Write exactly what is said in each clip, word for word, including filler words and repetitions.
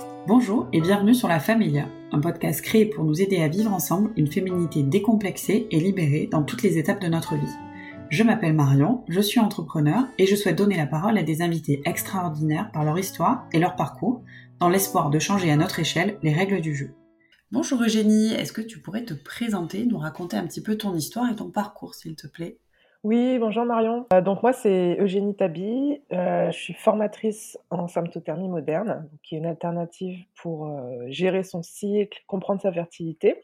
Bonjour et bienvenue sur La Familia, un podcast créé pour nous aider à vivre ensemble une féminité décomplexée et libérée dans toutes les étapes de notre vie. Je m'appelle Marion, je suis entrepreneur et je souhaite donner la parole à des invités extraordinaires par leur histoire et leur parcours, dans l'espoir de changer à notre échelle les règles du jeu. Bonjour Eugénie, est-ce que tu pourrais te présenter, nous raconter un petit peu ton histoire et ton parcours, s'il te plaît ? Oui, bonjour Marion. Euh, donc moi c'est Eugénie Tabi, euh, je suis formatrice en symptothermie moderne, donc qui est une alternative pour euh, gérer son cycle, comprendre sa fertilité.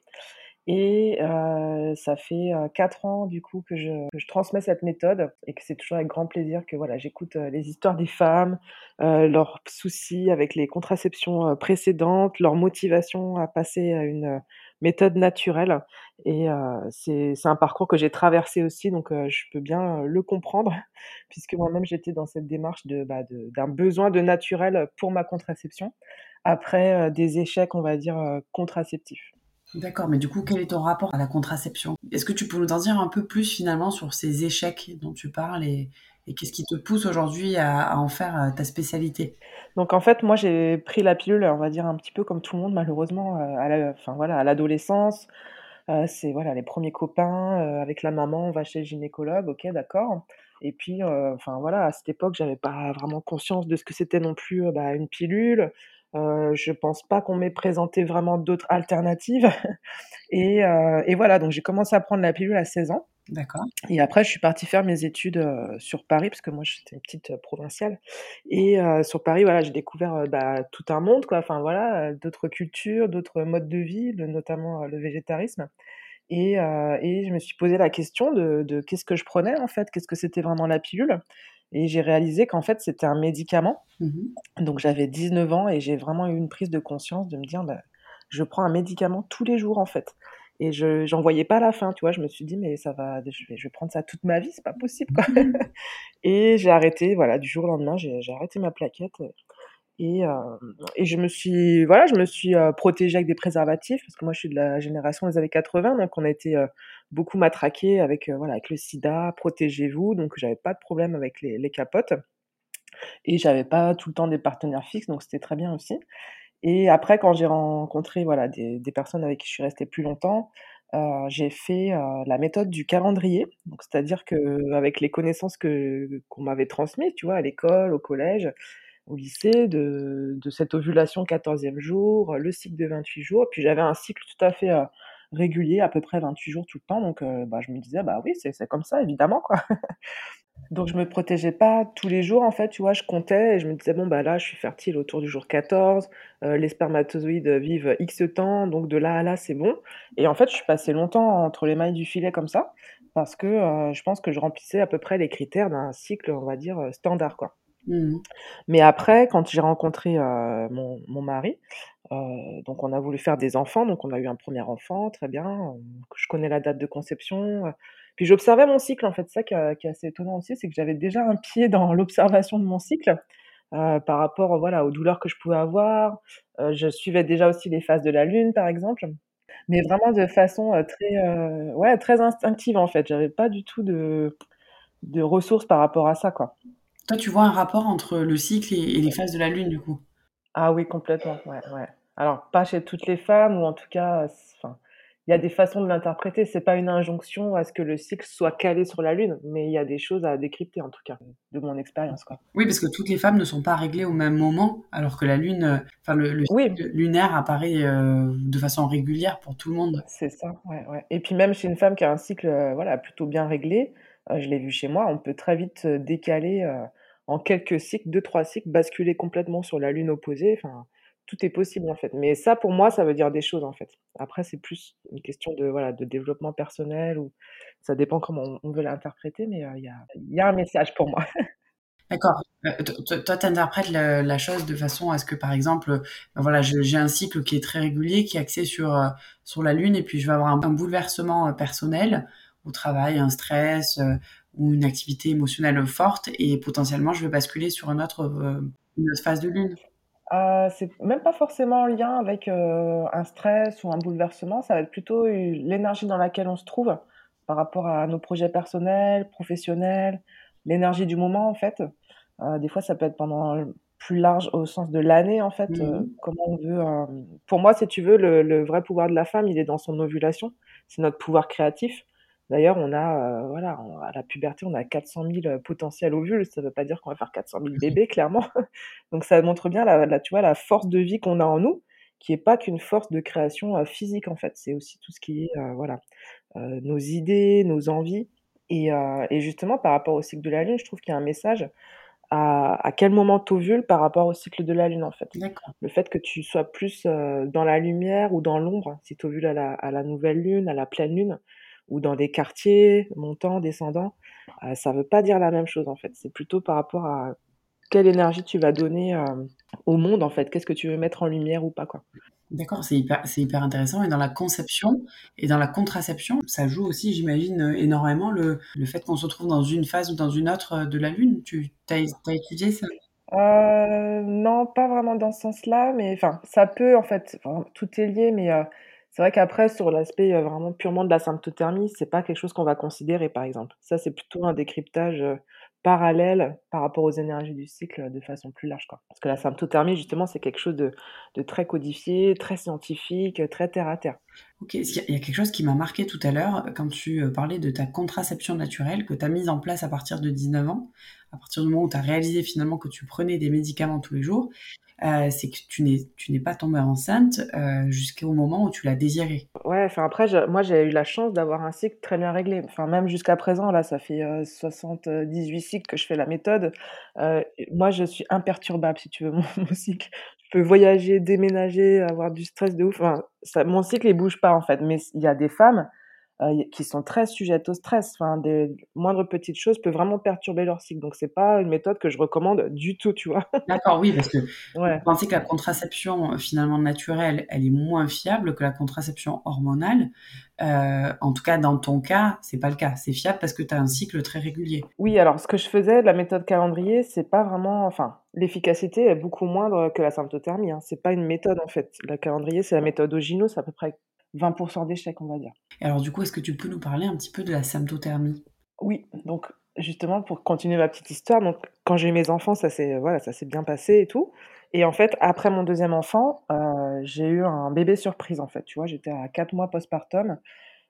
Et euh, ça fait euh, quatre ans du coup que je, que je transmets cette méthode et que c'est toujours avec grand plaisir que voilà j'écoute euh, les histoires des femmes, euh, leurs soucis avec les contraceptions euh, précédentes, leur motivation à passer à une euh, méthode naturelle. Et euh, c'est, c'est un parcours que j'ai traversé aussi, donc euh, je peux bien euh, le comprendre, puisque moi-même j'étais dans cette démarche de, bah, de- d'un besoin de naturel pour ma contraception, après euh, des échecs, on va dire, euh, contraceptifs. D'accord, mais du coup, quel est ton rapport à la contraception ? Est-ce que tu peux nous en dire un peu plus finalement sur ces échecs dont tu parles et, et qu'est-ce qui te pousse aujourd'hui à, à en faire euh, ta spécialité ? Donc en fait, moi j'ai pris la pilule, on va dire un petit peu comme tout le monde malheureusement, heu, à la enfin voilà, à l'adolescence. Heu, c'est voilà les premiers copains, heu, avec la maman, on va chez le gynécologue, OK, d'accord. Et puis, heu, enfin voilà, à cette époque, j'avais pas vraiment conscience de ce que c'était non plus, heu, bah, une pilule. Heu, je pense pas qu'on m'ait présenté vraiment d'autres alternatives. Et heu et voilà, donc j'ai commencé à prendre la pilule à seize ans. D'accord. Et après, je suis partie faire mes études, heu, sur Paris, parce que moi, j'étais une petite, heu, provinciale. Et heu, sur Paris, voilà, j'ai découvert, heu, bah, tout un monde, quoi. Enfin, voilà, heu, d'autres cultures, d'autres modes de vie, de notamment, heu, le végétarisme. Et heu et je me suis posé la question de de qu'est-ce que je prenais, en fait? Qu'est-ce que c'était vraiment la pilule? Et j'ai réalisé qu'en fait, c'était un médicament. Mhm. Donc j'avais dix-neuf ans et j'ai vraiment eu une prise de conscience de me dire: «Bah, je prends un médicament tous les jours, en fait». Et je j'en voyais pas la fin, tu vois? Je me suis dit: «Mais ça va je vais je vais prendre ça toute ma vie, c'est pas possible, quoi». Et j'ai arrêté, voilà, du jour au lendemain, j'ai j'ai arrêté ma plaquette, heu et hem et je me suis voilà, je me suis, heu, protégée avec des préservatifs parce que moi, je suis de la génération des années quatre-vingts, donc on a été, heu, beaucoup matraqués avec, heu, voilà, avec le sida: «Protégez-vous», donc j'avais pas de problème avec les les capotes et j'avais pas tout le temps des partenaires fixes, donc c'était très bien aussi. Et après, quand j'ai rencontré, voilà, des des personnes avec qui je suis restée plus longtemps, heu, j'ai fait, heu, la méthode du calendrier. Donc c'est-à-dire qu'avec les connaissances que qu'on m'avait transmises, tu vois, à l'école, au collège, au lycée, de de cette ovulation quatorzième jour, le cycle de vingt-huit jours, puis j'avais un cycle tout à fait, heu, régulier, à peu près vingt-huit jours tout le temps, donc heu, bah, je me disais: «Bah oui, c'est c'est comme ça évidemment, quoi». Donc je me protégeais pas tous les jours, en fait, tu vois? Je comptais et je me disais: «Bon, bah, là, je suis fertile autour du jour quatorze, heu, les spermatozoïdes vivent X temps, donc de là à là, c'est bon». Et en fait, je suis passée longtemps entre les mailles du filet comme ça, parce que, heu, je pense que je remplissais à peu près les critères d'un cycle, on va dire, heu, standard, quoi. Mhm. Mais après, quand j'ai rencontré, heu, mon mon mari, heu, donc on a voulu faire des enfants, donc on a eu un premier enfant, très bien, heu, je connais la date de conception, heu, puis j'observais mon cycle, en fait. Ça qui est qui est assez étonnant aussi, c'est que j'avais déjà un pied dans l'observation de mon cycle, heu, par rapport, voilà, aux douleurs que je pouvais avoir. Heu, je suivais déjà aussi les phases de la lune, par exemple, mais vraiment de façon, heu, très, heu, ouais, très instinctive, en fait. J'avais pas du tout de de ressources par rapport à ça, quoi. Toi, tu vois un rapport entre le cycle et, et les phases de la Lune, du coup ? Ah oui, complètement, ouais, ouais. Alors pas chez toutes les femmes ou en tout cas, heu, s enfin, il y a des façons de l'interpréter. C'est pas une injonction à ce que le cycle soit calé sur la lune, mais il y a des choses à décrypter en tout cas, de mon expérience, quoi. Oui, parce que toutes les femmes ne sont pas réglées au même moment, alors que la Lune, euh, enfin le, le Oui, cycle lunaire apparaît euh, de façon régulière pour tout le monde. c'est ça, ouais, ouais. Et puis même chez une femme qui a un cycle, heu, voilà, plutôt bien réglé, heu, je l'ai vu chez moi, on peut très vite, heu, décaler, heu, en quelques cycles, deux trois cycles, basculer complètement sur la lune opposée, enfin, tout est possible, en fait. Mais ça, pour moi, ça veut dire des choses, en fait. Après, c'est plus une question de, voilà, de développement personnel ou ça dépend comment on on veut l'interpréter, mais heu, il y a il y a un message pour moi. D'accord. Euh, to- to- toi, tu interprètes la, la chose de façon à ce que, par exemple, euh, ben voilà, je- j'ai un cycle qui est très régulier, qui est axé sur, euh, sur la Lune, et puis je vais avoir un, un bouleversement euh, personnel au travail, un stress euh, ou une activité émotionnelle forte, et potentiellement, je vais basculer sur une autre, euh, une autre phase de Lune. Heu, c'est même pas forcément en lien avec, heu, un stress ou un bouleversement, ça va être plutôt u l'énergie dans laquelle on se trouve, par rapport à nos projets personnels, professionnels, l'énergie du moment, en fait. Heu, des fois, ça peut être pendant, heu, plus large au sens de l'année, en fait, Mmh heu, mh. comment on veut, hem pour moi, si tu veux, le le vrai pouvoir de la femme, il est dans son ovulation. C'est notre pouvoir créatif. D'ailleurs, on a, heu, voilà, on à la puberté, on a quatre cent mille, heu, potentiels ovules. Ça veut pas dire qu'on va faire quatre cent mille bébés, clairement. Donc ça montre bien la la tu vois, la force de vie qu'on a en nous, qui est pas qu'une force de création, heu, physique, en fait. C'est aussi tout ce qui est, heu, voilà, heu, nos idées, nos envies et heu et justement, par rapport au cycle de la lune, je trouve qu'il y a un message à à quel moment tu ovules par rapport au cycle de la lune, en fait. D'accord. Le fait que tu sois plus, heu, dans la lumière ou dans l'ombre, si tu ovules à la à la nouvelle lune, à la pleine lune ou dans des quartiers montants, descendants, heu, ça veut pas dire la même chose, en fait. C'est plutôt par rapport à quelle énergie tu vas donner, hem, au monde, en fait. Qu'est-ce que tu veux mettre en lumière ou pas, quoi. D'accord, c'est hyper c'est hyper intéressant et dans la conception et dans la contraception, ça joue aussi, j'imagine, heu, énormément le le fait qu'on se retrouve dans une phase ou dans une autre, heu, de la lune. Tu tu as é tu as étudié ça? Heu, non, pas vraiment dans ce sens-là, mais enfin, ça peut en fait, enfin, tout est lié, mais heu, c'est vrai qu'après sur l'aspect, heu, vraiment purement de la symptothermie, c'est pas quelque chose qu'on va considérer, par exemple. Ça, c'est plutôt un décryptage, heu, parallèle par rapport aux énergies du cycle, heu, de façon plus large, quoi. Parce que la symptothermie, justement, c'est quelque chose de de très codifié, très scientifique, heu, très terre à terre. OK, parce qu'il y a il y a quelque chose qui m'a marqué tout à l'heure, quand tu, heu, parlais de ta contraception naturelle que tu as mise en place à partir de dix-neuf ans. À partir du moment où tu as réalisé finalement que tu prenais des médicaments tous les jours, heu, c'est que tu n'es tu n'es pas tombée enceinte, heu, jusqu'au moment où tu l'as désiré. Ouais, enfin après je moi j'ai eu la chance d'avoir un cycle très bien réglé. Enfin même jusqu'à présent là, ça fait, heu, soixante-dix-huit cycles que je fais la méthode. Heu, moi je suis imperturbable si tu veux, mon mon cycle. Je peux voyager, déménager, avoir du stress de ouf, enfin ça mon cycle il bouge pas en fait. Mais il y a des femmes, heu, y qui sont très sujettes au stress. Enfin des moindres petites choses peuvent vraiment perturber leur cycle. Donc c'est pas une méthode que je recommande du tout, tu vois? D'accord, oui, parce que vous Ouais. pensez que la contraception, heu, finalement naturelle, elle est moins fiable que la contraception hormonale. Heu, en tout cas, dans ton cas, c'est pas le cas. C'est fiable parce que tu as un cycle très régulier. Oui, alors ce que je faisais, la méthode calendrier, c'est pas vraiment enfin, l'efficacité est beaucoup moindre que la symptothermie, hein. C'est pas une méthode, en fait. Le calendrier, c'est la méthode Ogino, c'est à peu près vingt d'échecs, on va dire. Et alors du coup, est-ce que tu peux nous parler un petit peu de la symptothermie? Oui, donc justement pour continuer ma petite histoire, donc quand j'ai eu mes enfants, ça s'est voilà, ça s'est bien passé et tout et en fait, après mon deuxième enfant, heu, j'ai eu un bébé surprise, en fait, tu vois? J'étais à quatre mois postpartum.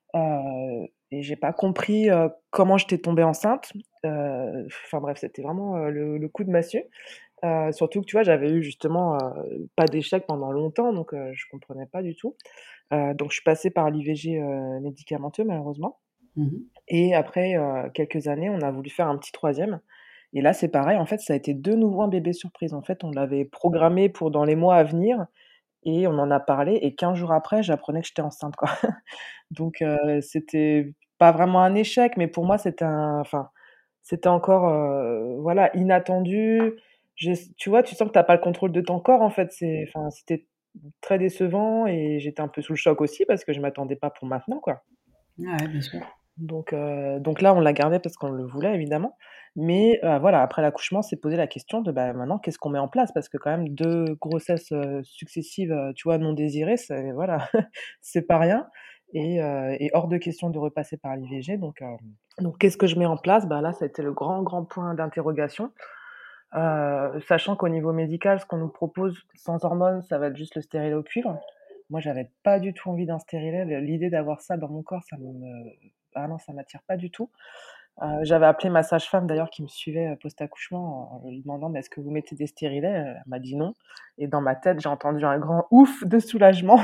Heu et j'ai pas compris, heu, comment j'étais tombée enceinte. Heu, enfin bref, c'était vraiment, heu, le le coup de massue. Heu, surtout que, tu vois, j'avais eu justement, heu, pas d'échec pendant longtemps, donc heu, je comprenais pas du tout. Heu, donc je suis passée par l'I V G, heu, médicamenteux malheureusement Mmh mh. et après, heu, quelques années, on a voulu faire un petit troisième et là, c'est pareil, en fait, ça a été de nouveau un bébé surprise. En fait, on l'avait programmé pour dans les mois à venir et on en a parlé et quinze jours après, j'apprenais que j'étais enceinte, quoi. Donc heu, c'était pas vraiment un échec, mais pour moi, c'était un enfin, c'était encore, heu, voilà, inattendu. Je tu vois, tu sens que tu as pas le contrôle de ton corps, en fait. C'est enfin, c'était très décevant et j'étais un peu sous le choc aussi parce que je m'attendais pas pour maintenant, quoi. Ouais, bien sûr. Donc heu, donc là, on l'a gardé parce qu'on le voulait évidemment. Mais heu, voilà, après l'accouchement, on s'est posé la question de, bah, maintenant, qu'est-ce qu'on met en place? Parce que quand même deux grossesses, heu, successives, heu, tu vois, non désirées, c'est voilà, c'est pas rien et heu et hors de question de repasser par l'I V G donc hem, donc qu'est-ce que je mets en place? Bah, là, ça a été le grand, grand point d'interrogation. Heu, sachant qu'au niveau médical, ce qu'on nous propose sans hormones, ça va être juste le stérilet au cuivre. Moi, j'avais pas du tout envie d'un stérilet. Le l'idée d'avoir ça dans mon corps, ça me ah non, ça m'attire pas du tout. Heu, j'avais appelé ma sage-femme d'ailleurs qui me suivait, heu, post-accouchement en lui demandant: «Mais est-ce que vous mettez des stérilets?» Elle m'a dit: «Non» et dans ma tête, j'ai entendu un grand «ouf» de soulagement.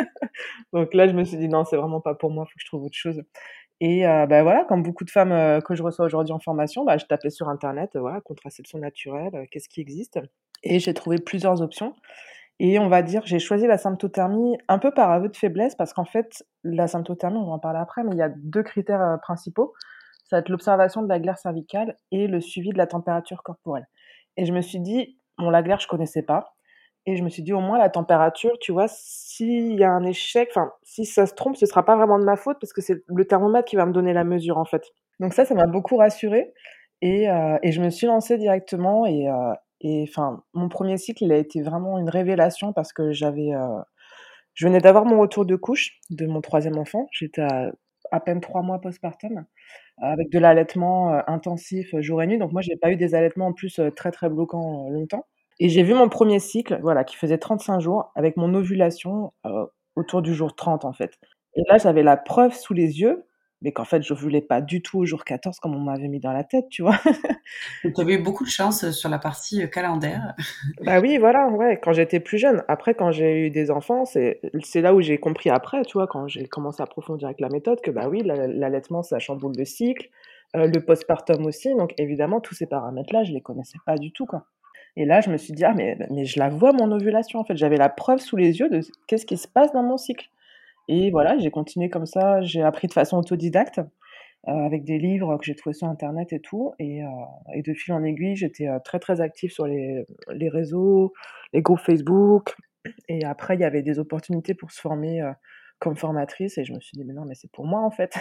Donc là, je me suis dit: «Non, c'est vraiment pas pour moi, faut que je trouve autre chose» et heu, bah, voilà, comme beaucoup de femmes, heu, que je reçois aujourd'hui en formation, bah, je tapais sur internet, heu, voilà, contraception naturelle, heu, qu'est-ce qui existe? Et j'ai trouvé plusieurs options et on va dire, j'ai choisi la symptothermie un peu par aveu de faiblesse parce qu'en fait, la symptothermie, on va en parler après, mais il y a deux critères, heu, principaux. Ça va être l'observation de la glaire cervicale et le suivi de la température corporelle et je me suis dit: «Bon, la glaire, je connaissais pas» et je me suis dit: «Au moins la température, tu vois, s'il y a un échec, enfin, si ça se trompe, ce sera pas vraiment de ma faute parce que c'est le thermomètre qui va me donner la mesure, en fait». Donc ça, ça m'a beaucoup rassurée et heu et je me suis lancée directement et heu et enfin, mon premier cycle, il a été vraiment une révélation parce que j'avais, heu je venais d'avoir mon retour de couche de mon troisième enfant. J'étais à à peine trois mois postpartum, avec de l'allaitement, heu, intensif, heu, jour et nuit. Donc moi, j'ai pas eu des allaitements en plus, heu, très, très bloquants, heu, longtemps et j'ai vu mon premier cycle, voilà, qui faisait trente-cinq jours avec mon ovulation, heu, autour du jour trente, en fait et là, j'avais la preuve sous les yeux, mais qu'en fait, j'ovulais pas du tout au jour quatorze comme on m'avait mis dans la tête, tu vois? Donc tu avais eu beaucoup de chance, heu, sur la partie, heu, calendaire. Bah oui, voilà, ouais, quand j'étais plus jeune. Après, quand j'ai eu des enfants, c'est c'est là où j'ai compris après, tu vois, quand j'ai commencé à approfondir avec la méthode que, bah oui, l'a l'allaitement, ça chamboule le cycle, heu, le postpartum aussi, donc évidemment, tous ces paramètres-là, je les connaissais pas du tout, quoi et là, je me suis dit: «Ah mais mais je la vois mon ovulation, en fait». J'avais la preuve sous les yeux de ce qu'est-ce qui se passe dans mon cycle et voilà, j'ai continué comme ça, j'ai appris de façon autodidacte, heu, avec des livres que j'ai trouvés sur internet et tout et heu et de fil en aiguille, j'étais, heu, très, très active sur les les réseaux, les groupes Facebook et après il y avait des opportunités pour se former, heu, comme formatrice et je me suis dit: «Mais non, mais c'est pour moi, en fait».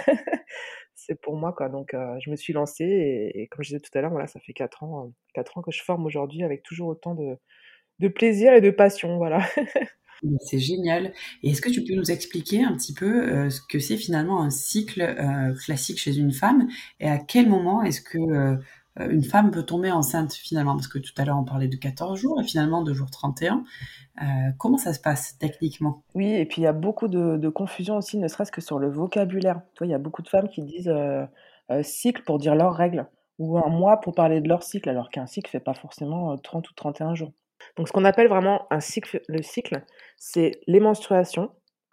C'est pour moi, quoi, donc heu, je me suis lancée et et comme je disais tout à l'heure, voilà, ça fait quatre ans, heu, quatre ans que je forme aujourd'hui avec toujours autant de de plaisir et de passion, voilà. Bah, c'est génial et est-ce que tu peux nous expliquer un petit peu, heu, ce que c'est finalement un cycle, heu, classique chez une femme et à quel moment est-ce que, heu heu, une femme peut tomber enceinte finalement? Parce que tout à l'heure on parlait de quatorze jours et finalement de jour trente et un. Heu, comment ça se passe techniquement? Oui et puis il y a beaucoup de de confusion aussi, ne serait-ce que sur le vocabulaire. Tu vois, il y a beaucoup de femmes qui disent, heu heu, cycle pour dire leurs règles ou un mois pour parler de leur cycle, alors qu'un cycle fait pas forcément, heu, trente ou trente et un jours. Donc ce qu'on appelle vraiment un cycle le cycle, c'est les menstruations,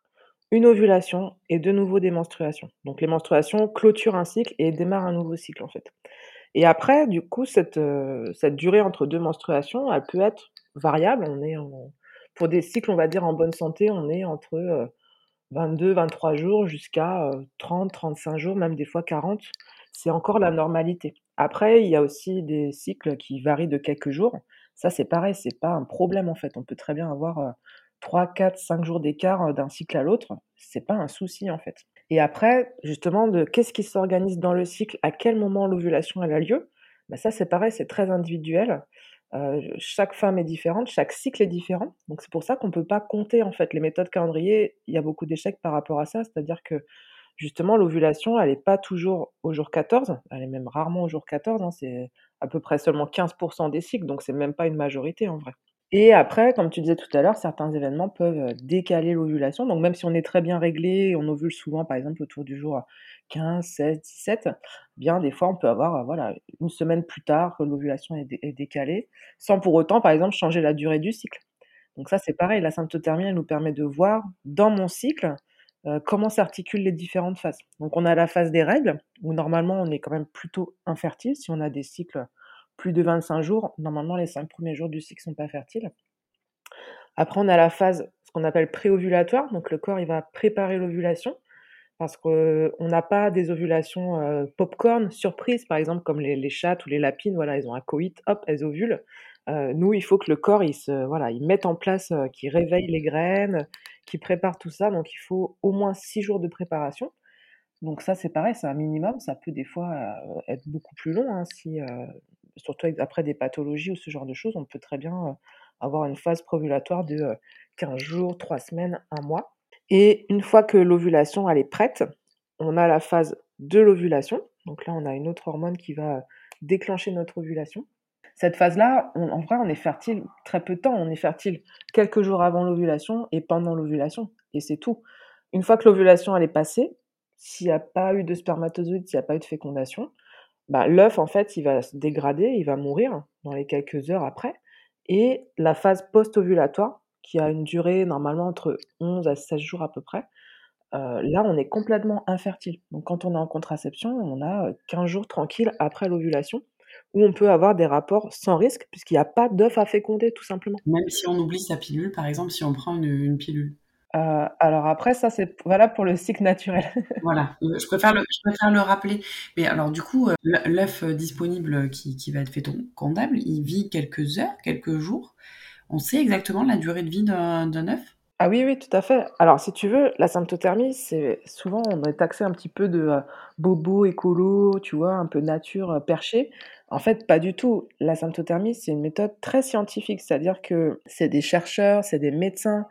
une ovulation et de nouveau des menstruations. Donc les menstruations clôturent un cycle et démarrent un nouveau cycle, en fait. Et après, du coup, cette, heu, cette durée entre deux menstruations, elle peut être variable. On est en pour des cycles, on va dire, en bonne santé, on est entre, heu, vingt-deux vingt-trois jours jusqu'à, heu, trente trente-cinq jours, même des fois quarante. C'est encore la normalité. Après, il y a aussi des cycles qui varient de quelques jours. Ça, c'est pareil, c'est pas un problème, en fait. On peut très bien avoir, heu, trois quatre-cinq jours d'écart, heu, d'un cycle à l'autre. C'est pas un souci, en fait. Et après, justement, de qu'est-ce qui s'organise dans le cycle, à quel moment l'ovulation elle a lieu, bah, ça c'est pareil, c'est très individuel. Heu, chaque femme est différente, chaque cycle est différent. Donc c'est pour ça qu'on peut pas compter en fait les méthodes calendrier, il y a beaucoup d'échecs par rapport à ça. C'est-à-dire que justement l'ovulation, elle est pas toujours au jour quatorze, elle est même rarement au jour quatorze, hein, c'est à peu près seulement quinze des cycles, donc c'est même pas une majorité en vrai. Et après, comme tu disais tout à l'heure, certains événements peuvent, heu, décaler l'ovulation. Donc même si on est très bien réglé, on ovule souvent par exemple autour du jour quinze, seize, dix-sept, bien des fois on peut avoir, heu, voilà, une semaine plus tard que l'ovulation est dé est décalée, sans pour autant par exemple changer la durée du cycle. Donc ça c'est pareil, la symptothermie elle nous permet de voir dans mon cycle, heu, comment s'articulent les différentes phases. Donc on a la phase des règles, où normalement on est quand même plutôt infertile si on a des cycles plus de vingt-cinq jours, normalement les cinq premiers jours du cycle sont pas fertiles. Après, on a la phase, ce qu'on appelle préovulatoire, donc le corps, il va préparer l'ovulation parce qu'on n'a pas des ovulations, heu, pop-corn, surprises, par exemple, comme les les chattes ou les lapines, voilà, elles ont un coït, hop, elles ovulent. Heu, nous, il faut que le corps, il se voilà, il mette en place, heu, qu'il réveille les graines, qu'il prépare tout ça, donc il faut au moins six jours de préparation. Donc ça, c'est pareil, c'est un minimum, ça peut des fois, heu, être beaucoup plus long, hein, si, heu, surtout avec après des pathologies ou ce genre de choses, on peut très bien, heu, avoir une phase préovulatoire de, heu, quinze jours, trois semaines, un mois et une fois que l'ovulation, elle est prête, on a la phase de l'ovulation. Donc là, on a une autre hormone qui va déclencher notre ovulation. Cette phase-là, on en vrai, on est fertile très peu de temps, on est fertile quelques jours avant l'ovulation et pendant l'ovulation et c'est tout. Une fois que l'ovulation, elle est passée, s'il y a pas eu de spermatozoïdes, s'il y a pas eu de fécondation, bah, l'œuf, en fait, il va se dégrader, il va mourir dans les quelques heures après et la phase post-ovulatoire, qui a une durée normalement entre onze à seize jours à peu près, heu, là, on est complètement infertile. Donc quand on est en contraception, on a, heu, quinze jours tranquilles après l'ovulation où on peut avoir des rapports sans risque puisqu'il y a pas d'œuf à féconder tout simplement. Même si on oublie sa pilule, par exemple, si on prend une une pilule? Heu, alors après ça, c'est p valable pour le cycle naturel. Voilà, heu, je préfère le je préfère le rappeler. Mais alors du coup, heu, l'œ l'œuf, heu, disponible, qui qui va être fétondable, il vit quelques heures, quelques jours? On sait exactement la durée de vie d'un d'un œuf? Ah oui, oui, tout à fait. Alors si tu veux, la symptothermie, c'est souvent on est taxé un petit peu de, heu, bobo écolo, tu vois? Un peu nature, heu, perché. En fait, pas du tout. La symptothermie, c'est une méthode très scientifique, c'est-à-dire que c'est des chercheurs, c'est des médecins,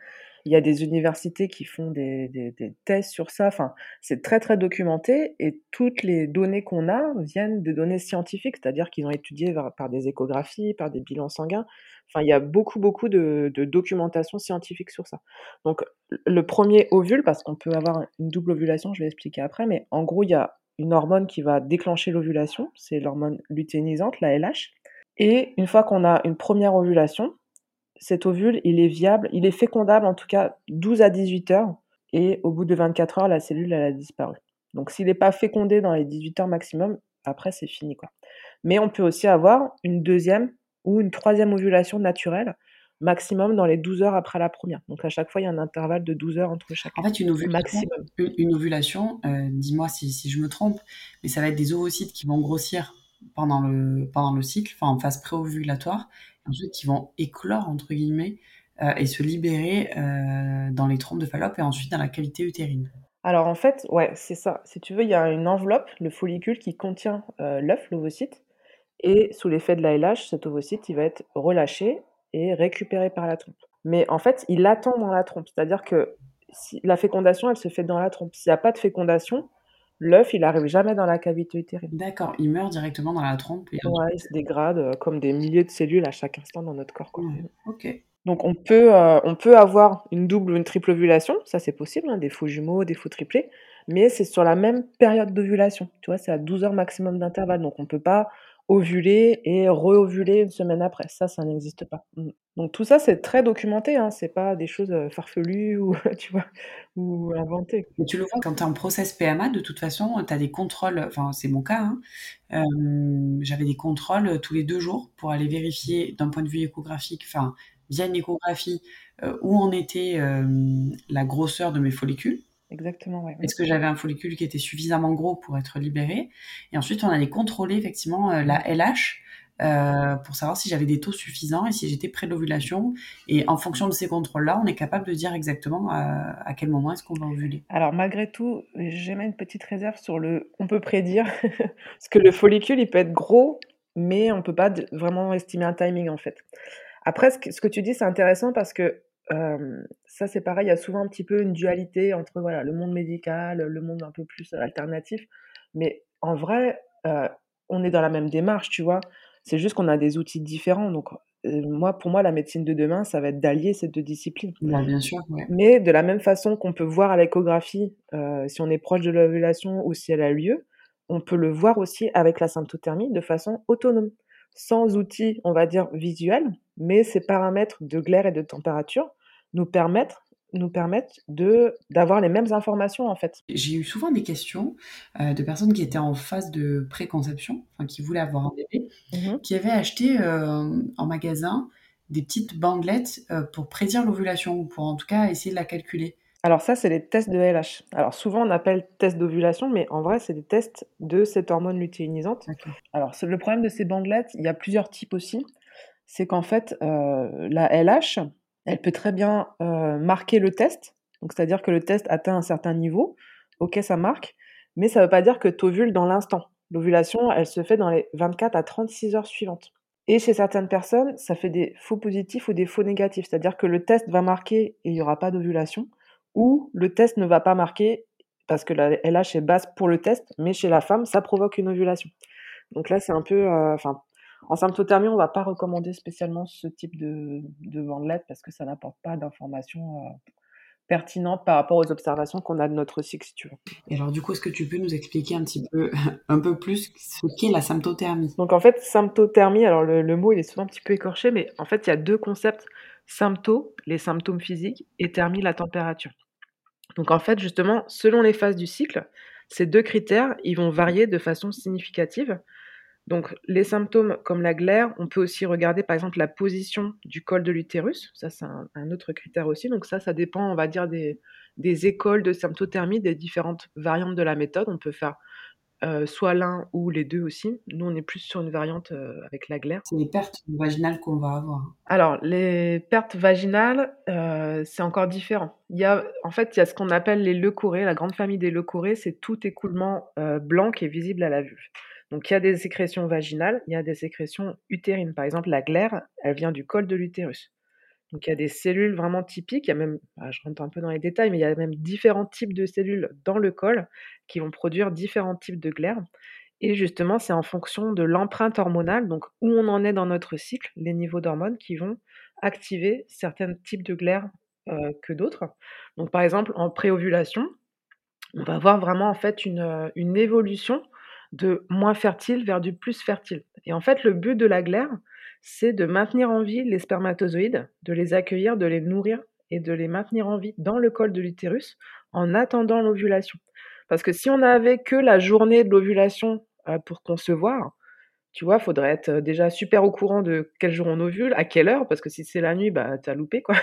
Il y a des universités qui font des des des tests sur ça, enfin, c'est très, très documenté et toutes les données qu'on a viennent de données scientifiques, c'est-à-dire qu'ils ont étudié var par des échographies, par des bilans sanguins. Enfin, il y a beaucoup, beaucoup de de documentation scientifique sur ça. Donc l le premier ovule, parce qu'on peut avoir une double ovulation, je vais expliquer après, mais en gros, il y a une hormone qui va déclencher l'ovulation, c'est l'hormone lutéinisante, la L H et une fois qu'on a une première ovulation, cet ovule, il est viable, il est fécondable en tout cas douze à dix-huit heures et au bout de vingt-quatre heures, la cellule, elle a disparu. Donc s'il est pas fécondé dans les dix-huit heures maximum, après c'est fini, quoi. Mais on peut aussi avoir une deuxième ou une troisième ovulation naturelle, maximum dans les douze heures après la première. Donc à chaque fois, il y a un intervalle de douze heures entre chaque, En fait, une ovulation, maximum. une, une ovulation euh, dis-moi si, si je me trompe, mais ça va être des ovocytes qui vont grossir pendant le, pendant le cycle, enfin en phase préovulatoire, et ensuite qui vont éclore, entre guillemets, euh, et se libérer euh, dans les trompes de Fallope et ensuite dans la cavité utérine. Alors en fait, ouais, c'est ça. Si tu veux, il y a une enveloppe, le follicule qui contient, heu, l'œuf, l'ovocyte et sous l'effet de la L H, cet ovocyte, il va être relâché et récupéré par la trompe. Mais en fait, il attend dans la trompe, c'est-à-dire que si la fécondation, elle se fait dans la trompe. S'il y a pas de fécondation, l'œuf, il arrive jamais dans la cavité utérine. D'accord, il meurt directement dans la trompe et Ouais, il se dégrade, heu, comme des milliers de cellules à chaque instant dans notre corps, quoi. ouais, Mmh. ok. Donc on peut, heu, on peut avoir une double ou une triple ovulation, ça c'est possible, hein, des faux jumeaux, des faux triplés, mais c'est sur la même période d'ovulation. Tu vois? C'est à douze heures maximum d'intervalle, donc on peut pas ovuler et re-ovuler une semaine après. Ça, ça n'existe pas. Mmh. Donc tout ça, c'est très documenté, hein, c'est pas des choses, heu, farfelues ou tu vois? Ou inventées. Mais tu le vois, quand tu es en process P M A, de toute façon, tu as des contrôles, enfin c'est mon cas, hein, euh, j'avais des contrôles tous les deux jours pour aller vérifier d'un point de vue échographique, enfin via une échographie, euh, où en était euh, la grosseur de mes follicules. Exactement, ouais. Mmh. Est-ce que j'avais un follicule qui était suffisamment gros pour être libéré? Et ensuite, on allait contrôler effectivement euh, la L H euh, pour savoir si j'avais des taux suffisants et si j'étais près de l'ovulation. Et en fonction de ces contrôles-là, on est capable de dire exactement euh, à quel moment est-ce qu'on va ovuler. Alors malgré tout, j'émets une petite réserve sur le on peut prédire, parce que le follicule, il peut être gros, mais on peut pas d vraiment estimer un timing, en fait. Après ce que ce que tu dis, c'est intéressant parce que, hem, ça c'est pareil, il y a souvent un petit peu une dualité entre, voilà, le monde médical, le monde un peu plus alternatif. Mais en vrai, heu, on est dans la même démarche, tu vois? C'est juste qu'on a des outils différents donc, heu, moi, pour moi, la médecine de demain, ça va être d'allier ces deux disciplines. Bah, bien sûr, ouais. Mais de la même façon qu'on peut voir à l'échographie, heu, si on est proche de l'ovulation ou si elle a lieu, on peut le voir aussi avec la symptothermie de façon autonome. Sans outils, on va dire, visuels, mais ces paramètres de glaire et de température nous permettent nous permettent de d'avoir les mêmes informations, en fait. J'ai eu souvent des questions euh, de personnes qui étaient en phase de préconception, enfin qui voulaient avoir un bébé, Mmh. qui avaient acheté euh, en magasin des petites bandelettes euh, pour prédire l'ovulation, ou pour en tout cas essayer de la calculer. Alors ça, c'est les tests de L H. Alors souvent, on appelle tests d'ovulation, mais en vrai, c'est des tests de cette hormone lutéinisante. D'accord. Alors c'est le problème de ces bandelettes, il y a plusieurs types aussi. C'est qu'en fait, heu, la L H, elle peut très bien, heu, marquer le test. Donc c'est-à-dire que le test atteint un certain niveau. OK, ça marque, mais ça ne veut pas dire que tu ovules dans l'instant. L'ovulation, elle se fait dans les vingt-quatre à trente-six heures suivantes et chez certaines personnes, ça fait des faux positifs ou des faux négatifs. C'est-à-dire que le test va marquer et il y aura pas d'ovulation ou le test ne va pas marquer parce que la L H est basse pour le test, mais chez la femme, ça provoque une ovulation. Donc là, c'est un peu, heu, enfin, en symptothermie, on va pas recommander spécialement ce type de de bandelette parce que ça n'apporte pas d'informations, heu, pertinentes par rapport aux observations qu'on a de notre cycle, si tu veux. Et alors du coup, est-ce que tu peux nous expliquer un petit peu, un peu plus ce qu'est la symptothermie? Donc en fait, symptothermie, alors le le mot, il est souvent un petit peu écorché, mais en fait, il y a deux concepts: sympto, les symptômes physiques et thermie, la température. Donc en fait, justement, selon les phases du cycle, ces deux critères, ils vont varier de façon significative. Donc les symptômes comme la glaire, on peut aussi regarder par exemple la position du col de l'utérus, ça c'est un un autre critère aussi, donc ça, ça dépend on va dire des des écoles de symptothermie, des différentes variantes de la méthode. On peut faire, heu, soit l'un ou les deux aussi. Nous, on est plus sur une variante, heu, avec la glaire. C'est les pertes vaginales qu'on va avoir. Alors les pertes vaginales, heu, c'est encore différent. Il y a en fait, il y a ce qu'on appelle les leucorrhées, la grande famille des leucorrhées, c'est tout écoulement, heu, blanc qui est visible à la vue. Donc il y a des sécrétions vaginales, il y a des sécrétions utérines. Par exemple, la glaire, elle vient du col de l'utérus. Donc il y a des cellules vraiment typiques, il y a même, ah, je rentre un peu dans les détails, mais il y a même différents types de cellules dans le col qui vont produire différents types de glaires. Et justement, c'est en fonction de l'empreinte hormonale, donc où on en est dans notre cycle, les niveaux d'hormones qui vont activer certains types de glaires euh, que d'autres. Donc par exemple, en préovulation, on va avoir vraiment en fait une, heu, une évolution de moins fertile vers du plus fertile et en fait, le but de la glaire, c'est de maintenir en vie les spermatozoïdes, de les accueillir, de les nourrir et de les maintenir en vie dans le col de l'utérus en attendant l'ovulation. Parce que si on avait que la journée de l'ovulation, heu, pour concevoir, tu vois, faudrait être, heu, déjà super au courant de quel jour on ovule, à quelle heure, parce que si c'est la nuit, bah, tu as loupé quoi.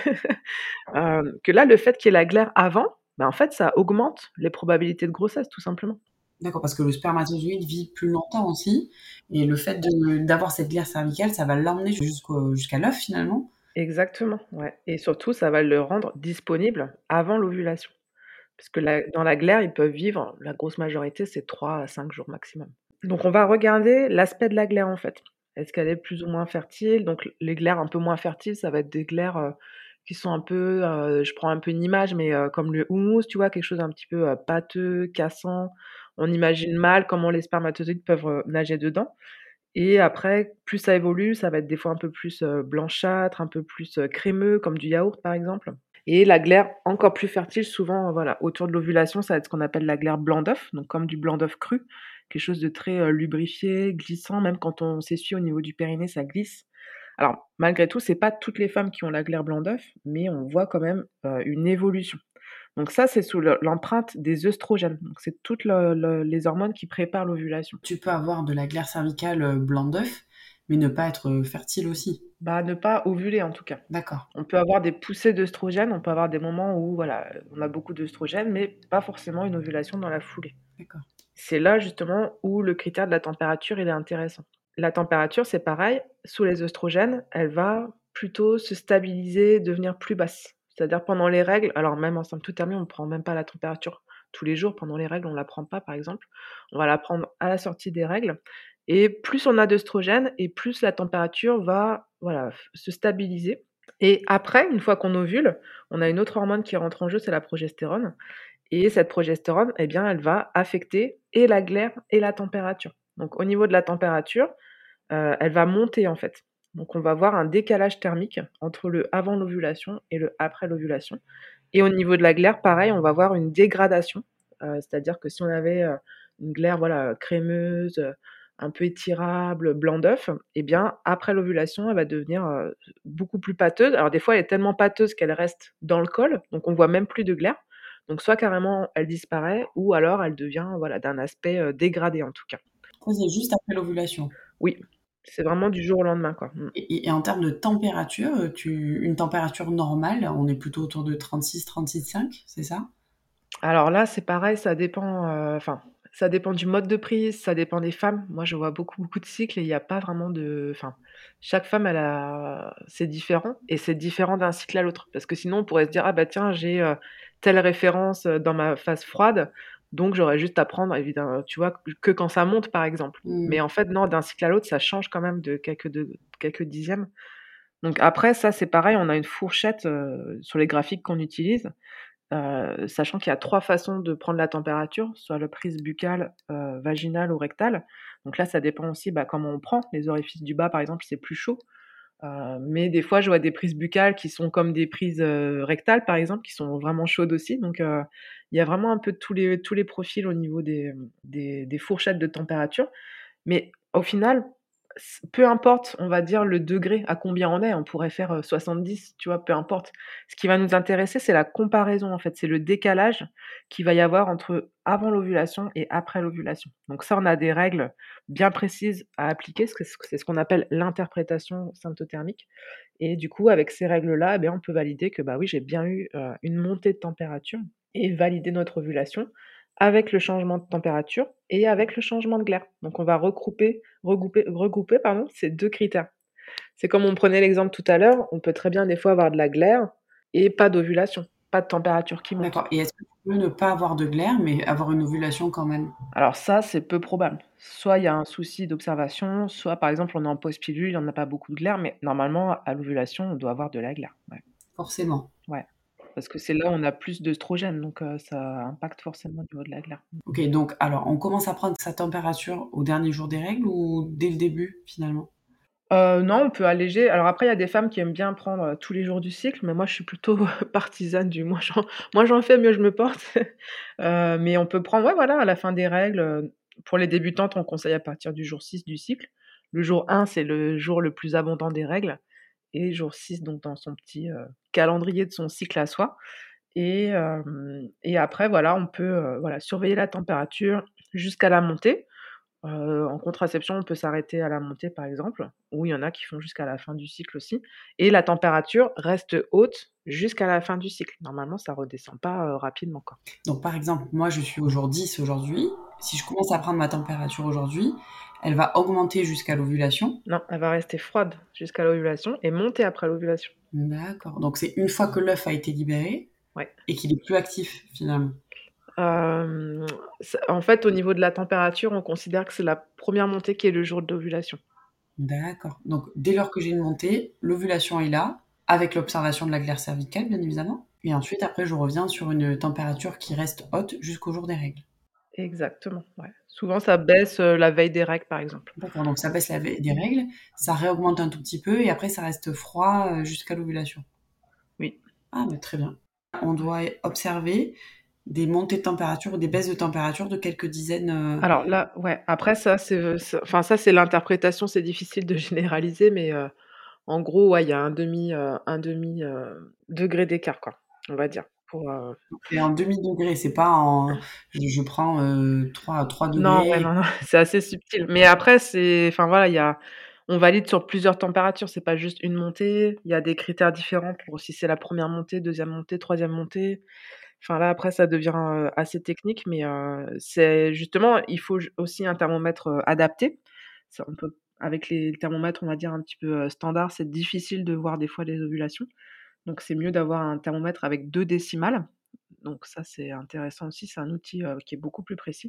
Hem, que là, le fait qu'il y ait la glaire avant, bah, en fait, ça augmente les probabilités de grossesse, tout simplement. D'accord, parce que le spermatozoïde vit plus longtemps aussi, et le fait de d'avoir cette glaire cervicale, ça va l'emmener jusqu'au jusqu'à l'œuf finalement? Exactement, ouais et surtout, ça va le rendre disponible avant l'ovulation. Parce que la dans la glaire, ils peuvent vivre la grosse majorité, c'est trois à cinq jours maximum. Donc on va regarder l'aspect de la glaire, en fait. Est-ce qu'elle est plus ou moins fertile? Donc les glaires un peu moins fertiles, ça va être des glaires, heu, qui sont un peu, heu, je prends un peu une image, mais heu, comme le houmous, tu vois? Quelque chose un petit peu, heu, pâteux, cassant. On imagine mal comment les spermatozoïdes peuvent, heu, nager dedans et après, plus ça évolue, ça va être des fois un peu plus, heu, blanchâtre, un peu plus, heu, crémeux, comme du yaourt, par exemple et la glaire encore plus fertile, souvent, voilà, autour de l'ovulation, ça va être ce qu'on appelle la glaire blanc d'œuf, donc comme du blanc d'œuf cru, quelque chose de très, heu, lubrifié, glissant, même quand on s'essuie au niveau du périnée, ça glisse. Alors, malgré tout, c'est pas toutes les femmes qui ont la glaire blanc d'œuf, mais on voit quand même, heu, une évolution. Donc ça, c'est sous le l'empreinte des œstrogènes, donc c'est toutes le le les hormones qui préparent l'ovulation. Tu peux avoir de la glaire cervicale, heu, blanc d'œuf, mais ne pas être, heu, fertile aussi? Bah, ne pas ovuler en tout cas. D'accord, On peut avoir des poussées d'œstrogènes, on peut avoir des moments où voilà, on a beaucoup d'œstrogènes, mais pas forcément une ovulation dans la foulée. d'accord. C'est là justement où le critère de la température, il est intéressant. La température, c'est pareil, sous les œstrogènes, elle va plutôt se stabiliser, devenir plus basse. C'est-à-dire pendant les règles, alors même en symptothermie, on ne prend même pas la température tous les jours. Pendant les règles, on ne la prend pas, par exemple. On va la prendre à la sortie des règles. Et plus on a d'œstrogènes et plus la température va voilà, f- se stabiliser. Et après, une fois qu'on ovule, on a une autre hormone qui rentre en jeu, c'est la progestérone. Et cette progestérone, eh bien, elle va affecter et la glaire et la température. Donc au niveau de la température, heu, elle va monter, en fait. Donc on va avoir un décalage thermique entre le avant l'ovulation et le après l'ovulation et au niveau de la glaire, pareil, on va avoir une dégradation, heu, c'est-à-dire que si on avait, heu, une glaire, voilà, crémeuse, heu, un peu étirable, blanc d'œuf et bien, après l'ovulation, elle va devenir, heu, beaucoup plus pâteuse. Alors des fois, elle est tellement pâteuse qu'elle reste dans le col, donc on voit même plus de glaire. Donc soit carrément elle disparaît ou alors elle devient, voilà, d'un aspect, heu, dégradé en tout cas. Ça, c'est juste après l'ovulation? Oui, c'est vraiment du jour au lendemain, quoi. Mmh. Et et et en termes de température, heu, tu une température normale, on est plutôt autour de trente-six-trente-six virgule cinq, c'est ça? Alors là, c'est pareil, ça dépend, heu, enfin, ça dépend du mode de prise, ça dépend des femmes. Moi, je vois beaucoup, beaucoup de cycles et il y a pas vraiment de enfin, chaque femme, elle a c'est différent et c'est différent d'un cycle à l'autre. Parce que sinon, on pourrait se dire: «Ah bah tiens, j'ai, heu, telle référence, heu, dans ma phase froide, donc j'aurais juste à prendre évidem tu vois, que quand ça monte, par exemple. Mmh. Mais en fait, non, d'un cycle à l'autre, ça change quand même de quelques de quelques dixièmes. Donc après, ça, c'est pareil, on a une fourchette, heu, sur les graphiques qu'on utilise. Heu, sachant qu'il y a trois façons de prendre la température, soit la prise buccale, heu, vaginale ou rectale. Donc là, ça dépend aussi, bah, comment on prend. Les orifices du bas, par exemple, c'est plus chaud. Heu, mais des fois, je vois des prises buccales qui sont comme des prises, heu, rectales, par exemple, qui sont vraiment chaudes aussi. Donc, heu, il y a vraiment un peu de tous les tous les profils au niveau des, des des fourchettes de température. Mais au final, s peu importe, on va dire le degré à combien on est, on pourrait faire, heu, soixante-dix, tu vois? Peu importe. Ce qui va nous intéresser, c'est la comparaison, en fait, c'est le décalage qu'il va y avoir entre avant l'ovulation et après l'ovulation. Donc ça, on a des règles bien précises à appliquer, ce que c'est ce qu'on appelle l'interprétation symptothermique et du coup, avec ces règles-là, eh bien, on peut valider que, bah, oui, j'ai bien eu, heu, une montée de température et valider notre ovulation avec le changement de température et avec le changement de glaire. Donc on va regrouper regrouper regrouper pardon, ces deux critères. C'est comme on prenait l'exemple tout à l'heure, on peut très bien des fois avoir de la glaire et pas d'ovulation, pas de température qui monte. D'accord, et est-ce que tu peux ne pas avoir de glaire, mais avoir une ovulation quand même? Alors ça, c'est peu probable. soit il y a un souci d'observation, soit par exemple on est en pause pilule, il y en a pas beaucoup de glaire, mais normalement à l'ovulation, on doit avoir de la glaire. Ouais. Forcément. Ouais. Parce que c'est là où on a plus d'œstrogènes, donc heu, ça impacte forcément au niveau de la glaire. OK, donc alors on commence à prendre sa température au dernier jour des règles ou dès le début finalement? Heu, non, on peut alléger. Alors après, il y a des femmes qui aiment bien prendre, heu, tous les jours du cycle, mais moi je suis plutôt partisane du moins j'en moins j'en fais, mieux je me porte. Heu, mais on peut prendre, ouais, voilà, à la fin des règles, heu, pour les débutantes, on conseille à partir du jour six du cycle. Le jour un, c'est le jour le plus abondant des règles et jour six, donc dans son petit, heu, calendrier de son cycle à soi et hem et après voilà, on peut, heu, voilà, surveiller la température jusqu'à la montée. Heu, en contraception, on peut s'arrêter à la montée, par exemple, ou il y en a qui font jusqu'à la fin du cycle aussi et la température reste haute jusqu'à la fin du cycle. Normalement, ça redescend pas, heu, rapidement, quoi. Donc par exemple, moi je suis au jour dix aujourd'hui. Si je commence à prendre ma température aujourd'hui, elle va augmenter jusqu'à l'ovulation? Non, elle va rester froide jusqu'à l'ovulation et monter après l'ovulation. D'accord. Donc c'est une fois que l'œuf a été libéré Ouais. et qu'il est plus actif finalement? Hem, ça en fait, au niveau de la température, on considère que c'est la première montée qui est le jour de l'ovulation. D'accord. Donc dès lors que j'ai une montée, l'ovulation est là, avec l'observation de la glaire cervicale bien évidemment et ensuite après je reviens sur une température qui reste haute jusqu'au jour des règles? Exactement, ouais. Souvent ça baisse, heu, la veille des règles, par exemple. D'accord, donc ça baisse la veille des règles, ça réaugmente un tout petit peu et après ça reste froid, heu, jusqu'à l'ovulation? Oui. Ah mais très bien. On doit observer des montées de température ou des baisses de température de quelques dizaines, heu Alors là, ouais, après ça, c'est, heu, c'est enfin ça, c'est l'interprétation, c'est difficile de généraliser, mais heu, en gros, ouais, il y a un demi, heu, un demi, heu, degré d'écart, quoi, on va dire, pour, heu c'est en demi degré, c'est pas en je je prends, heu, trois trois non, ouais, degrés. non, non, c'est assez subtil. Mais après, c'est enfin voilà, il y a on valide sur plusieurs températures, c'est pas juste une montée. Il y a des critères différents pour si c'est la première montée, deuxième montée, troisième montée. Enfin là, après, ça devient, heu, assez technique, mais heu, c'est justement, il faut j aussi un thermomètre, heu, adapté. Ça on peut avec les thermomètres, on va dire un petit peu, heu, standards, c'est difficile de voir des fois les ovulations. Donc c'est mieux d'avoir un thermomètre avec deux décimales. Donc ça, c'est intéressant aussi, c'est un outil, heu, qui est beaucoup plus précis.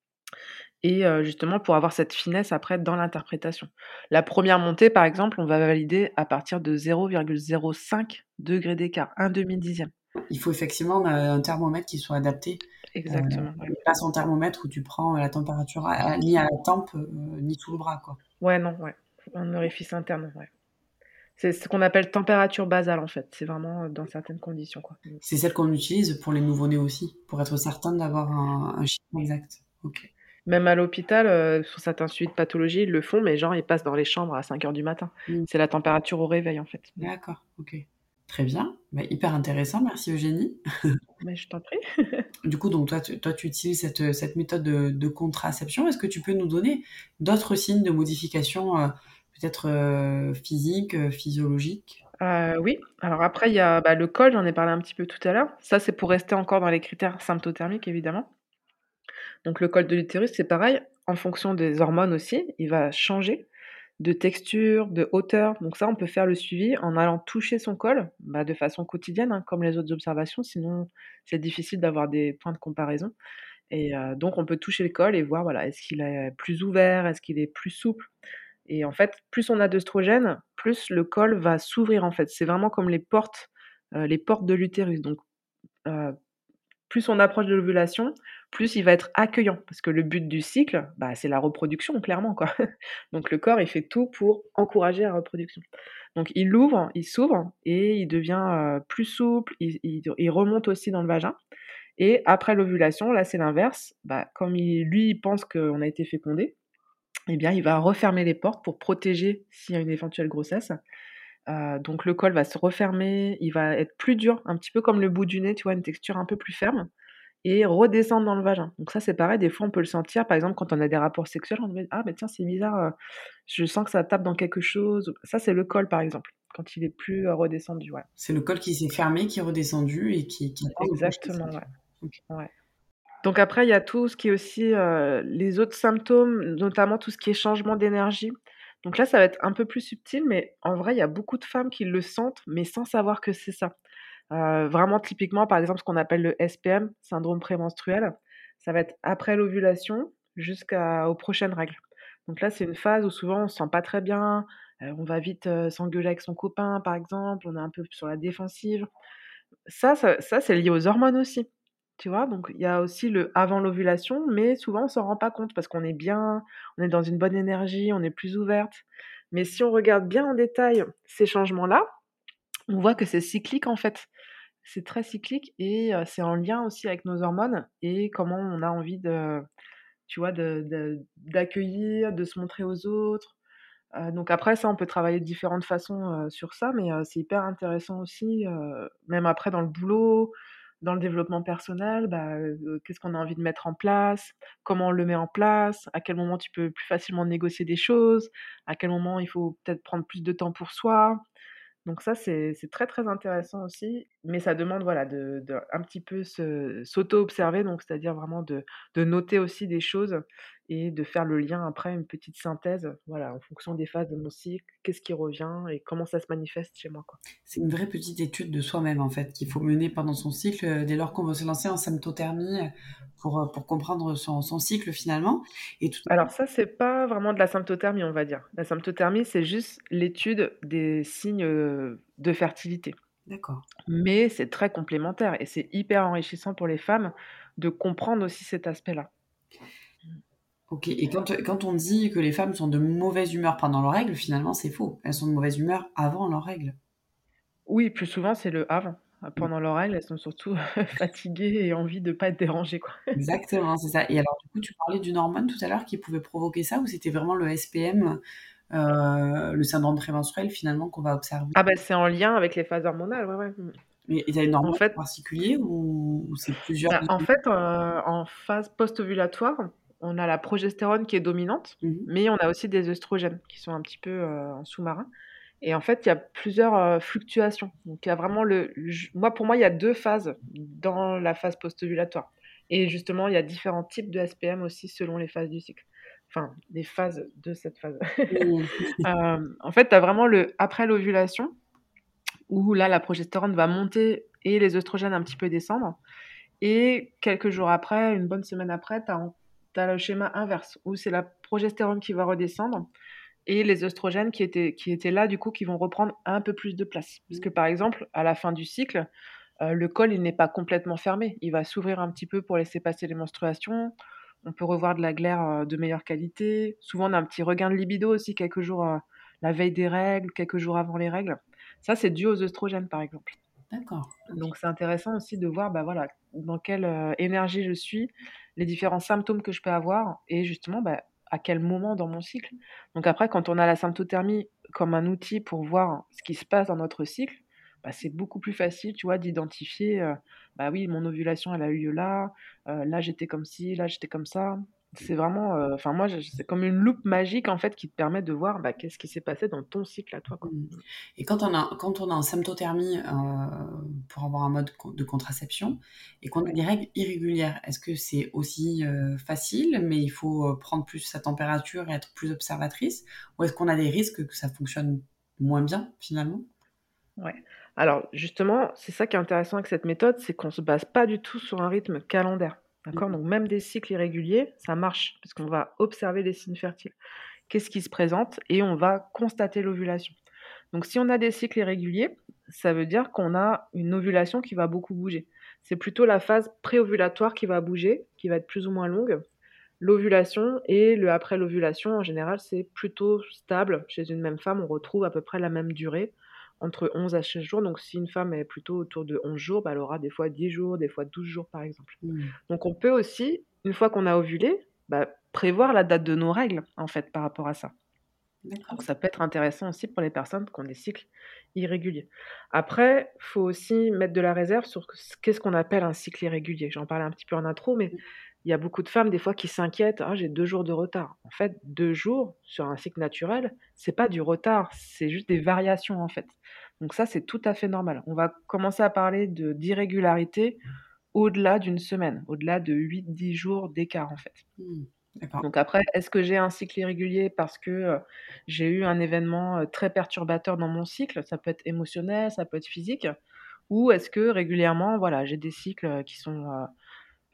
Et heu, justement pour avoir cette finesse après dans l'interprétation. La première montée, par exemple, on va valider à partir de zéro virgule zéro cinq degrés d'écart, un demi dixième. Il faut effectivement un un thermomètre qui soit adapté, heu Exactement, ouais. et pas son thermomètre où tu prends la température à à ni à la tempe, heu, ni sous le bras, quoi. Ouais, non, ouais, un orifice interne, ouais. C'est ce qu'on appelle température basale, en fait. C'est vraiment, heu, dans certaines conditions, quoi. Mmh. C'est celle qu'on utilise pour les nouveau-nés aussi, pour être certain d'avoir un un chiffre exact. OK. Même à l'hôpital, heu, sur certains suivis de pathologie, ils le font, mais genre ils passent dans les chambres à cinq heures du matin. Mmh. C'est la température au réveil, en fait. Mmh. D'accord, OK. Très bien, bah, hyper intéressant, merci Eugénie. Mais je t'en prie. Du coup, donc toi tu toi tu utilises cette, heu, cette méthode de de contraception. Est-ce que tu peux nous donner d'autres signes de modification, heu, peut-être, heu, physiques, heu, physiologiques? Heu, oui, alors après il y a, bah, le col, j'en ai parlé un petit peu tout à l'heure. Ça, c'est pour rester encore dans les critères symptothermiques, évidemment. Donc le col de l'utérus, c'est pareil, en fonction des hormones aussi, il va changer de texture, de hauteur. Donc ça, on peut faire le suivi en allant toucher son col, bah, de façon quotidienne, hein, comme les autres observations, sinon c'est difficile d'avoir des points de comparaison et heu, donc on peut toucher le col et voir, voilà, est-ce qu'il est plus ouvert? Est-ce qu'il est plus souple? Et en fait, plus on a d'œstrogènes, plus le col va s'ouvrir, en fait. C'est vraiment comme les portes, heu, les portes de l'utérus. Donc heu, plus on approche de l'ovulation, plus il va être accueillant parce que le but du cycle, bah, c'est la reproduction clairement, quoi. Donc le corps, il fait tout pour encourager la reproduction. Donc il l'ouvre, il s'ouvre et il devient, heu, plus souple, il il il remonte aussi dans le vagin et après l'ovulation, là, c'est l'inverse. Bah, comme il lui, il pense qu'on a été fécondé, eh bien, il va refermer les portes pour protéger s'il y a une éventuelle grossesse. Heu, donc le col va se refermer, il va être plus dur, un petit peu comme le bout du nez, tu vois? Une texture un peu plus ferme et redescendre dans le vagin. Donc ça, c'est pareil, des fois, on peut le sentir, par exemple, quand on a des rapports sexuels, on dit: «Ah, mais tiens, c'est bizarre, heu, je sens que ça tape dans quelque chose». Ça, c'est le col, par exemple, quand il est plus, heu, redescendu, ouais. C'est le col qui s'est fermé, qui est redescendu et qui qui attend le prochain Exactement, cycle. ouais, OK. ouais. Donc après, il y a tout ce qui est aussi, heu, les autres symptômes, notamment tout ce qui est changement d'énergie. Donc là, ça va être un peu plus subtil, mais en vrai, il y a beaucoup de femmes qui le sentent, mais sans savoir que c'est ça. Heu, vraiment typiquement, par exemple, ce qu'on appelle le S P M, syndrome prémenstruel, ça va être après l'ovulation, jusqu'aux prochaines règles. Donc là, c'est une phase où souvent on se sent pas très bien, heu, on va vite, heu, s'engueuler avec son copain, par exemple, on est un peu sur la défensive. Ça ça ça, c'est lié aux hormones aussi, tu vois? Donc il y a aussi le avant l'ovulation, mais souvent on s'en rend pas compte parce qu'on est bien, on est dans une bonne énergie, on est plus ouverte. Mais si on regarde bien en détail ces changements-là, on voit que c'est cyclique en fait. C'est très cyclique et heu, c'est en lien aussi avec nos hormones et comment on a envie de tu vois, de de d'accueillir, de se montrer aux autres. Heu, donc après ça, on peut travailler de différentes façons, heu, sur ça, mais heu, c'est hyper intéressant aussi, heu, même après dans le boulot, dans le développement personnel, bah, heu, qu'est-ce qu'on a envie de mettre en place? Comment on le met en place? À quel moment tu peux plus facilement négocier des choses? À quel moment il faut peut-être prendre plus de temps pour soi? Donc ça, c'est c'est très, très intéressant aussi, mais ça demande, voilà, de de un petit peu se s'auto-observer, donc c'est-à-dire vraiment de de noter aussi des choses et de faire le lien après, une petite synthèse, voilà, en fonction des phases de mon cycle, qu'est-ce qui revient et comment ça se manifeste chez moi, quoi. C'est une vraie petite étude de soi-même, en fait, qu'il faut mener pendant son cycle, heu, dès lors qu'on veut se lancer en symptothermie, heu, pour, heu, pour comprendre son son cycle finalement et tout Alors ça, c'est pas vraiment de la symptothermie, on va dire. La symptothermie, c'est juste l'étude des signes, heu, de fertilité. d'accord. Mais c'est très complémentaire et c'est hyper enrichissant pour les femmes de comprendre aussi cet aspect-là. OK et quand, quand on dit que les femmes sont de mauvaise humeur pendant leurs règles, finalement, c'est faux. Elles sont de mauvaise humeur avant leurs règles. Oui, plus souvent, c'est le avant. Mmh. Pendant leur règle, elles sont surtout fatiguées et envie de pas être dérangées, quoi. Exactement, c'est ça et alors du coup, tu parlais d'une hormone tout à l'heure qui pouvait provoquer ça ou c'était vraiment le S P M, heu, le syndrome prémenstruel finalement qu'on va observer? Ah bah, c'est en lien avec les phases hormonales, ouais, ouais. Mmh. Mais tu as une En hormone en fait particulier ou ou c'est plusieurs bah, de en fait, heu, en phase post-ovulatoire, on a la progestérone qui est dominante, mmh mh. mais on a aussi des œstrogènes qui sont un petit peu, heu, en sous-marin et en fait, il y a plusieurs, heu, fluctuations. Donc il y a vraiment le j moi, pour moi, il y a deux phases dans la phase post-ovulatoire et justement, il y a différents types de S P M aussi selon les phases du cycle. Enfin, les phases de cette phase. Mmh. Hem, en fait, tu as vraiment le après l'ovulation où là, la progestérone va monter et les œstrogènes un petit peu descendre et quelques jours après, une bonne semaine après, tu as tu as le schéma inverse où c'est la progestérone qui va redescendre et les œstrogènes qui étaient qui étaient là, du coup, qui vont reprendre un peu plus de place. Parce que, par exemple, à la fin du cycle, heu, le col, il n'est pas complètement fermé. Il va s'ouvrir un petit peu pour laisser passer les menstruations. On peut revoir de la glaire, heu, de meilleure qualité. Souvent, on a un petit regain de libido aussi quelques jours, heu, la veille des règles, quelques jours avant les règles. Ça, c'est dû aux œstrogènes, par exemple. D'accord, OK. Donc c'est intéressant aussi de voir, bah, voilà, dans quelle, heu, énergie je suis, les différents symptômes que je peux avoir et justement, bah, à quel moment dans mon cycle. Donc après, quand on a la symptothermie comme un outil pour voir ce qui se passe dans notre cycle, bah, c'est beaucoup plus facile, tu vois, d'identifier, heu, bah, oui, mon ovulation, elle a eu lieu là, heu, là, j'étais comme ci, là, j'étais comme ça. C'est vraiment, heu, enfin moi, je c'est comme une loupe magique, en fait, qui te permet de voir, bah, qu'est-ce qui s'est passé dans ton cycle à toi, quoi. Mmh et quand on a quand on est en symptothermie, heu, pour avoir un mode con de contraception et qu'on a Ouais. des règles irrégulières, est-ce que c'est aussi, heu, facile, mais il faut, heu, prendre plus sa température et être plus observatrice? Ou est-ce qu'on a des risques que ça fonctionne moins bien, finalement? Ouais. Alors justement, c'est ça qui est intéressant avec cette méthode, c'est qu'on se base pas du tout sur un rythme calendaire. D'accord? Mmh Donc même des cycles irréguliers, ça marche parce qu'on va observer les signes fertiles. Qu'est-ce qui se présente? Et on va constater l'ovulation. Donc si on a des cycles irréguliers, ça veut dire qu'on a une ovulation qui va beaucoup bouger. C'est plutôt la phase préovulatoire qui va bouger, qui va être plus ou moins longue. L'ovulation et le après l'ovulation, en général, c'est plutôt stable. Chez une même femme, on retrouve à peu près la même durée, entre onze à seize jours. Donc si une femme est plutôt autour de onze jours, bah, elle aura des fois dix jours, des fois douze jours, par exemple. mh. Donc on peut aussi, une fois qu'on a ovulé, bah, prévoir la date de nos règles, en fait, par rapport à ça. D'accord. Donc ça peut être intéressant aussi pour les personnes qui ont des cycles irréguliers. Après, faut aussi mettre de la réserve sur ce qu'est-ce qu'on appelle un cycle irrégulier. J'en parlais un petit peu en intro, mais il y a beaucoup de femmes des fois qui s'inquiètent: «Ah, j'ai deux jours de retard». En fait, deux jours sur un cycle naturel, c'est pas du retard, c'est juste des variations, en fait. Donc ça, c'est tout à fait normal. On va commencer à parler de d'irrégularité au-delà d'une semaine, au-delà de huit dix jours d'écart, en fait. Mmh. D'accord. Donc après, est-ce que j'ai un cycle irrégulier parce que, heu, j'ai eu un événement, heu, très perturbateur dans mon cycle? Ça peut être émotionnel, ça peut être physique. Ou est-ce que régulièrement, voilà, j'ai des cycles, heu, qui sont, heu,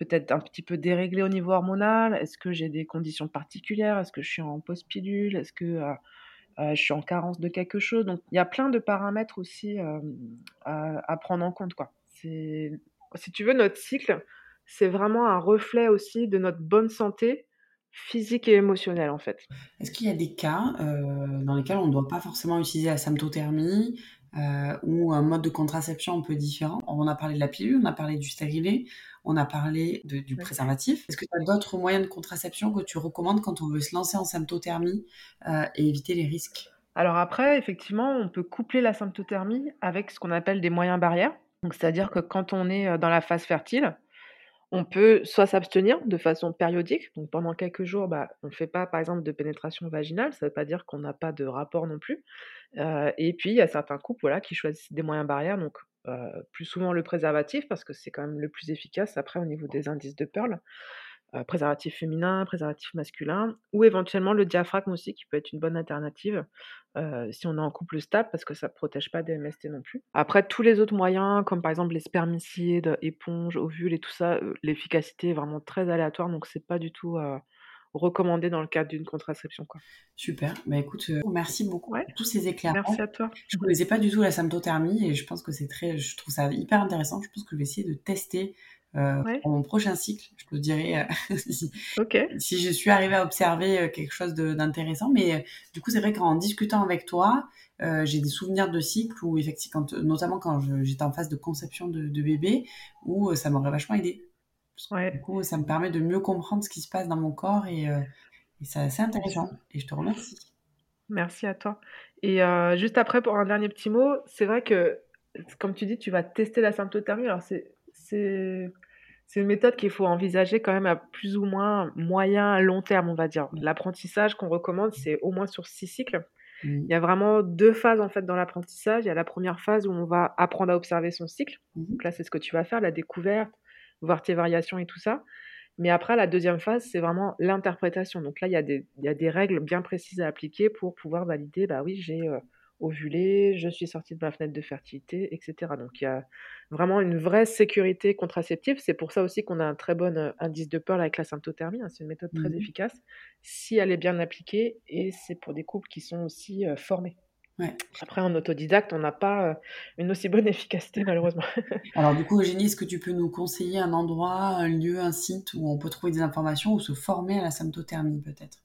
peut-être un petit peu déréglée au niveau hormonal? Est-ce que j'ai des conditions particulières? Est-ce que je suis en post-pilule? Est-ce que, heu heu, je suis en carence de quelque chose? Donc il y a plein de paramètres aussi, hem, à à prendre en compte, quoi. C'est si tu veux, notre cycle, c'est vraiment un reflet aussi de notre bonne santé physique et émotionnelle, en fait. Est-ce qu'il y a des cas, heu, dans lesquels on ne doit pas forcément utiliser la symptothermie, heu, ou un mode de contraception un peu différent? On a parlé de la pilule, on a parlé du stérilet, on a parlé de du Ouais. préservatif. Est-ce que tu as d'autres moyens de contraception que tu recommandes quand on veut se lancer en symptothermie, heu, et éviter les risques? Alors après, effectivement, on peut coupler la symptothermie avec ce qu'on appelle des moyens barrières. Donc c'est-à-dire que quand on est, heu, dans la phase fertile, on peut soit s'abstenir de façon périodique, donc pendant quelques jours, bah, on ne fait pas, par exemple, de pénétration vaginale, ça ne veut pas dire qu'on n'a pas de rapport non plus. Heu et puis il y a certains couples, voilà, qui choisissent des moyens barrières, donc heu, plus souvent le préservatif parce que c'est quand même le plus efficace après au niveau des indices de Pearl. Heu, préservatif féminin, préservatif masculin ou éventuellement le diaphragme aussi qui peut être une bonne alternative, heu, si on est en couple stable parce que ça protège pas des M S T non plus. Après tous les autres moyens comme par exemple les spermicides, éponges, ovules et tout ça, heu, l'efficacité est vraiment très aléatoire donc c'est pas du tout, heu, recommandé dans le cadre d'une contraception, quoi. Super, bah, écoute, heu, merci beaucoup Ouais, pour tous ces merci éclairages. à toi. Je connaissais pas du tout la symptothermie et je pense que c'est très je trouve ça hyper intéressant. Je pense que je vais essayer de tester, heu, Ouais, pour mon prochain cycle. Je te dirai, heu, si OK. si je suis arrivée à observer, heu, quelque chose de d'intéressant. Mais, heu, du coup, c'est vrai qu'en discutant avec toi, heu, j'ai des souvenirs de cycles où effecti quand, notamment quand je j'étais en phase de conception de de bébé, où, heu, ça m'aurait vachement aidée. Parce que du Ouais, coup, ça me permet de mieux comprendre ce qui se passe dans mon corps et heu et c'est assez c'est ça. intéressant et je te remercie. Merci à toi et heu, juste après pour un dernier petit mot, c'est vrai que, comme tu dis, tu vas tester la symptothermie. Alors c'est c'est c'est une méthode qu'il faut envisager quand même à plus ou moins moyen, long terme, on va dire. L'apprentissage qu'on recommande, c'est au moins sur six cycles. Mmh. Il y a vraiment deux phases, en fait, dans l'apprentissage. Il y a la première phase où on va apprendre à observer son cycle. Mmh mh. Donc là, c'est ce que tu vas faire, la découverte, voir tes variations et tout ça. Mais après, la deuxième phase, c'est vraiment l'interprétation. Donc là, il y a des il y a des règles bien précises à appliquer pour pouvoir valider, bah oui, j'ai, heu, ovulé, je suis sortie de ma fenêtre de fertilité et cetera. Donc il y a vraiment une vraie sécurité contraceptive. C'est pour ça aussi qu'on a un très bon, heu, indice de Pearl avec la symptothermie, hein. C'est une méthode très Mmh. efficace si elle est bien appliquée et c'est pour des couples qui sont aussi, heu, formés. Ouais. Après en autodidacte, on n'a pas, heu, une aussi bonne efficacité malheureusement. Alors du coup, Eugénie, est-ce que tu peux nous conseiller un endroit, un lieu, un site où on peut trouver des informations ou se former à la symptothermie peut-être?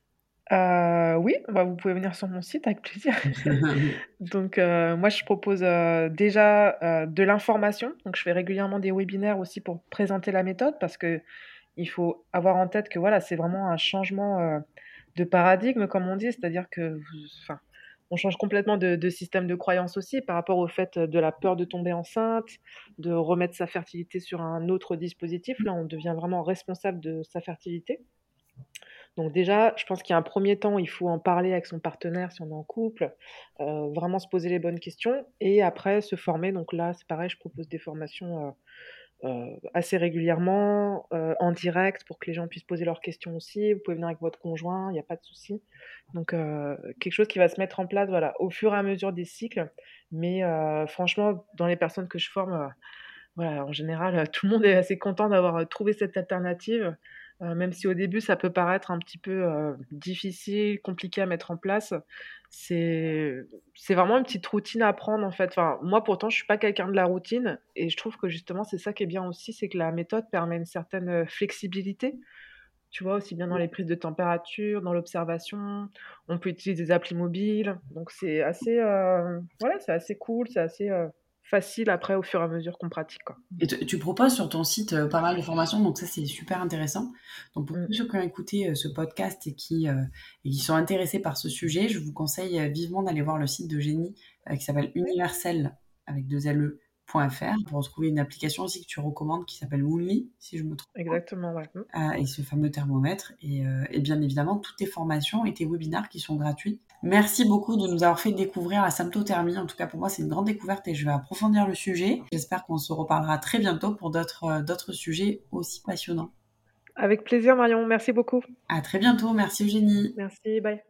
Heu, oui, bah, vous pouvez venir sur mon site avec plaisir. Donc heu, moi je propose, heu, déjà, heu, de l'information. Donc je fais régulièrement des webinaires aussi pour présenter la méthode parce qu'il faut avoir en tête que voilà, c'est vraiment un changement, heu, de paradigme comme on dit. C'est-à-dire que vous enfin, on change complètement de de système de croyance aussi par rapport au fait, de la peur de tomber enceinte, de remettre sa fertilité sur un autre dispositif. Là, on devient vraiment responsable de sa fertilité. Donc déjà, je pense qu'il y a un premier temps, il faut en parler avec son partenaire si on est en couple, heu, vraiment se poser les bonnes questions et après se former. Donc là, c'est pareil, je propose des formations, heu heu, assez régulièrement, heu, en direct pour que les gens puissent poser leurs questions aussi. Vous pouvez venir avec votre conjoint, il y a pas de souci. Donc heu, quelque chose qui va se mettre en place, voilà, au fur et à mesure des cycles. Mais heu, franchement, dans les personnes que je forme, heu, voilà, en général, heu, tout le monde est assez content d'avoir, heu, trouvé cette alternative, heu, même si au début ça peut paraître un petit peu, heu, difficile, compliqué à mettre en place. C'est c'est vraiment une petite routine à prendre, en fait. Enfin, moi pourtant je suis pas quelqu'un de la routine et je trouve que justement c'est ça qui est bien aussi, c'est que la méthode permet une certaine, heu, flexibilité. Tu vois? Aussi bien dans les prises de température, dans l'observation. On peut utiliser des applis mobiles, donc c'est assez, heu, voilà, c'est assez cool, c'est assez, heu, facile après au fur et à mesure qu'on pratique, quoi. Et te tu proposes sur ton site, heu, pas mal de formations, donc ça, c'est super intéressant. Donc pour Mmh. tous ceux qui ont écouté, heu, ce podcast et qui, heu, et qui sont intéressés par ce sujet, je vous conseille, heu, vivement d'aller voir le site d'Eugénie, heu, qui s'appelle Ouais, universel avec deux L E point F R pour retrouver une application aussi que tu recommandes qui s'appelle Woonly, si je me trompe exactement, ouais. Mmh. pas, heu, et ce fameux thermomètre et heu, et bien évidemment toutes tes formations et tes webinaires qui sont gratuits. Merci beaucoup de nous avoir fait découvrir la symptothermie. En tout cas, pour moi, c'est une grande découverte et je vais approfondir le sujet. J'espère qu'on se reparlera très bientôt pour d'autres, heu, d'autres sujets aussi passionnants. Avec plaisir Marion, merci beaucoup. À très bientôt. Merci Eugénie. Merci, bye.